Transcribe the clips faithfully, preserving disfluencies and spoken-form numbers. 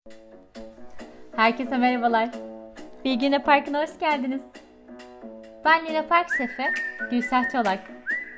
Herkese merhabalar. Bilgi Parkı'na hoş geldiniz. Ben Luna Park şefi Gülşah Çolak.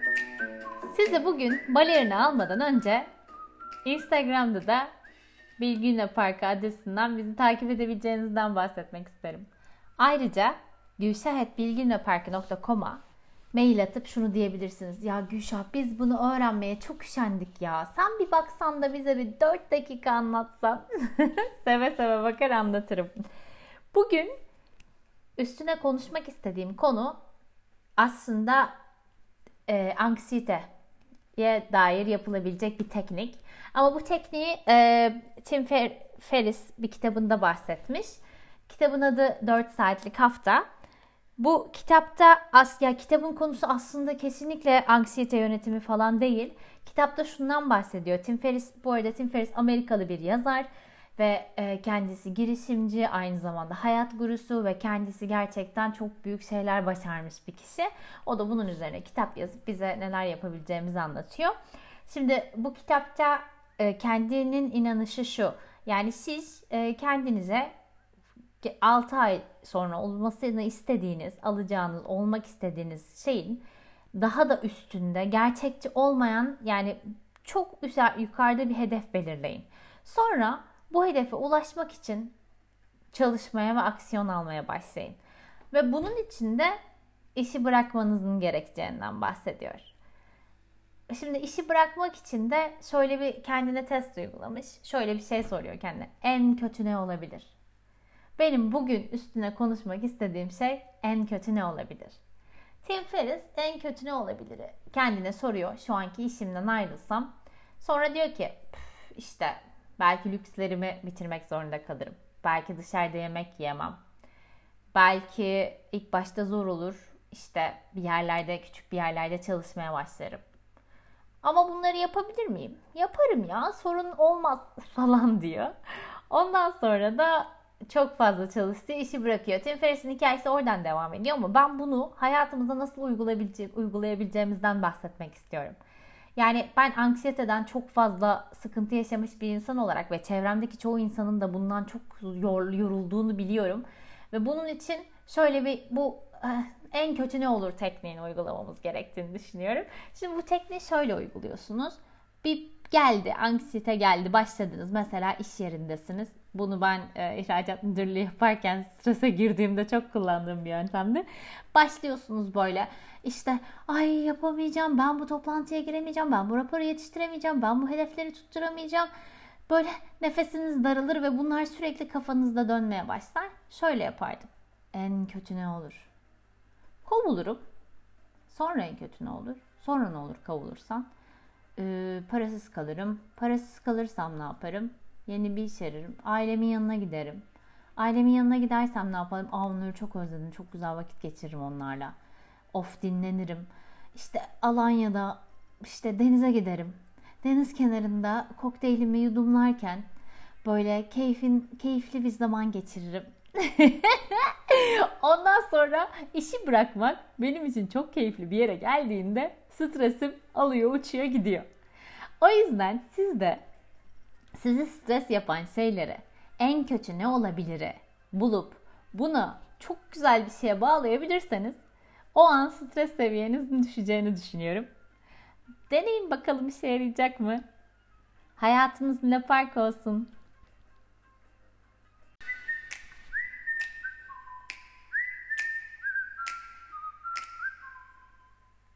Size bugün balerina almadan önce Instagram'da da Bilgi Parkı adresinden bizi takip edebileceğinizden bahsetmek isterim. Ayrıca gülşah at bilginaparkı nokta com'a mail atıp şunu diyebilirsiniz. Ya Gülşah, biz bunu öğrenmeye çok üşendik ya. Sen bir baksan da bize bir dört dakika anlatsan. Seve seve bakar anlatırım. Bugün üstüne konuşmak istediğim konu aslında e, anksiyeteye dair yapılabilecek bir teknik. Ama bu tekniği e, Tim Ferriss bir kitabında bahsetmiş. Kitabın adı dört saatlik hafta. Bu kitapta ya kitabın konusu aslında kesinlikle anksiyete yönetimi falan değil. Kitapta şundan bahsediyor. Tim Ferriss, bu arada Tim Ferriss Amerikalı bir yazar ve kendisi girişimci, aynı zamanda hayat gurusu ve kendisi gerçekten çok büyük şeyler başarmış bir kişi. O da bunun üzerine kitap yazıp bize neler yapabileceğimizi anlatıyor. Şimdi bu kitapta kendinin inanışı şu. Yani siz kendinize altı ay sonra olmasını istediğiniz, alacağınız, olmak istediğiniz şeyin daha da üstünde, gerçekçi olmayan, yani çok yukarıda bir hedef belirleyin. Sonra bu hedefe ulaşmak için çalışmaya ve aksiyon almaya başlayın. Ve bunun için de işi bırakmanızın gerekeceğinden bahsediyor. Şimdi işi bırakmak için de şöyle bir kendine test uygulamış. Şöyle bir şey soruyor kendine. En kötü ne olabilir? Benim bugün üstüne konuşmak istediğim şey en kötü ne olabilir? Tim Ferriss en kötü ne olabilir? Kendine soruyor, şu anki işimden ayrılsam. Sonra diyor ki işte belki lükslerimi bitirmek zorunda kalırım. Belki dışarıda yemek yiyemem. Belki ilk başta zor olur. İşte bir yerlerde, küçük bir yerlerde çalışmaya başlarım. Ama bunları yapabilir miyim? Yaparım ya, sorun olmaz falan diyor. Ondan sonra da çok fazla çalıştığı işi bırakıyor. Tim Ferriss'in hikayesi oradan devam ediyor ama ben bunu hayatımıza nasıl uygulayabileceğimizden bahsetmek istiyorum. Yani ben anksiyeteden çok fazla sıkıntı yaşamış bir insan olarak ve çevremdeki çoğu insanın da bundan çok yorulduğunu biliyorum. Ve bunun için şöyle bir bu en kötü ne olur tekniğini uygulamamız gerektiğini düşünüyorum. Şimdi bu tekniği şöyle uyguluyorsunuz. Bir geldi, anksiyete geldi, başladınız. Mesela iş yerindesiniz. Bunu ben e, ihracat müdürlüğü yaparken strese girdiğimde çok kullandığım bir yöntemdi. Başlıyorsunuz böyle. İşte ay yapamayacağım, ben bu toplantıya giremeyeceğim, ben bu raporu yetiştiremeyeceğim, ben bu hedefleri tutturamayacağım. Böyle nefesiniz daralır ve bunlar sürekli kafanızda dönmeye başlar. Şöyle yapardım. En kötü ne olur? Kovulurum. Sonra en kötü ne olur? Sonra ne olur kovulursam? Ee, parasız kalırım. Parasız kalırsam ne yaparım? Yeni bir iş ararım. Ailemin yanına giderim. Ailemin yanına gidersem ne yaparım? Aa, onları çok özledim. Çok güzel vakit geçiririm onlarla. Of, dinlenirim. İşte Alanya'da işte denize giderim. Deniz kenarında kokteylimi yudumlarken böyle keyfin, keyifli bir zaman geçiririm. Ondan sonra işi bırakmak benim için çok keyifli bir yere geldiğinde stresim alıyor, uçuyor, gidiyor. O yüzden siz de sizi stres yapan şeyleri, en kötü ne olabilir'i bulup bunu çok güzel bir şeye bağlayabilirseniz o an stres seviyenizin düşeceğini düşünüyorum. Deneyin bakalım, işe yarayacak mı? Hayatınız Luna Park olsun.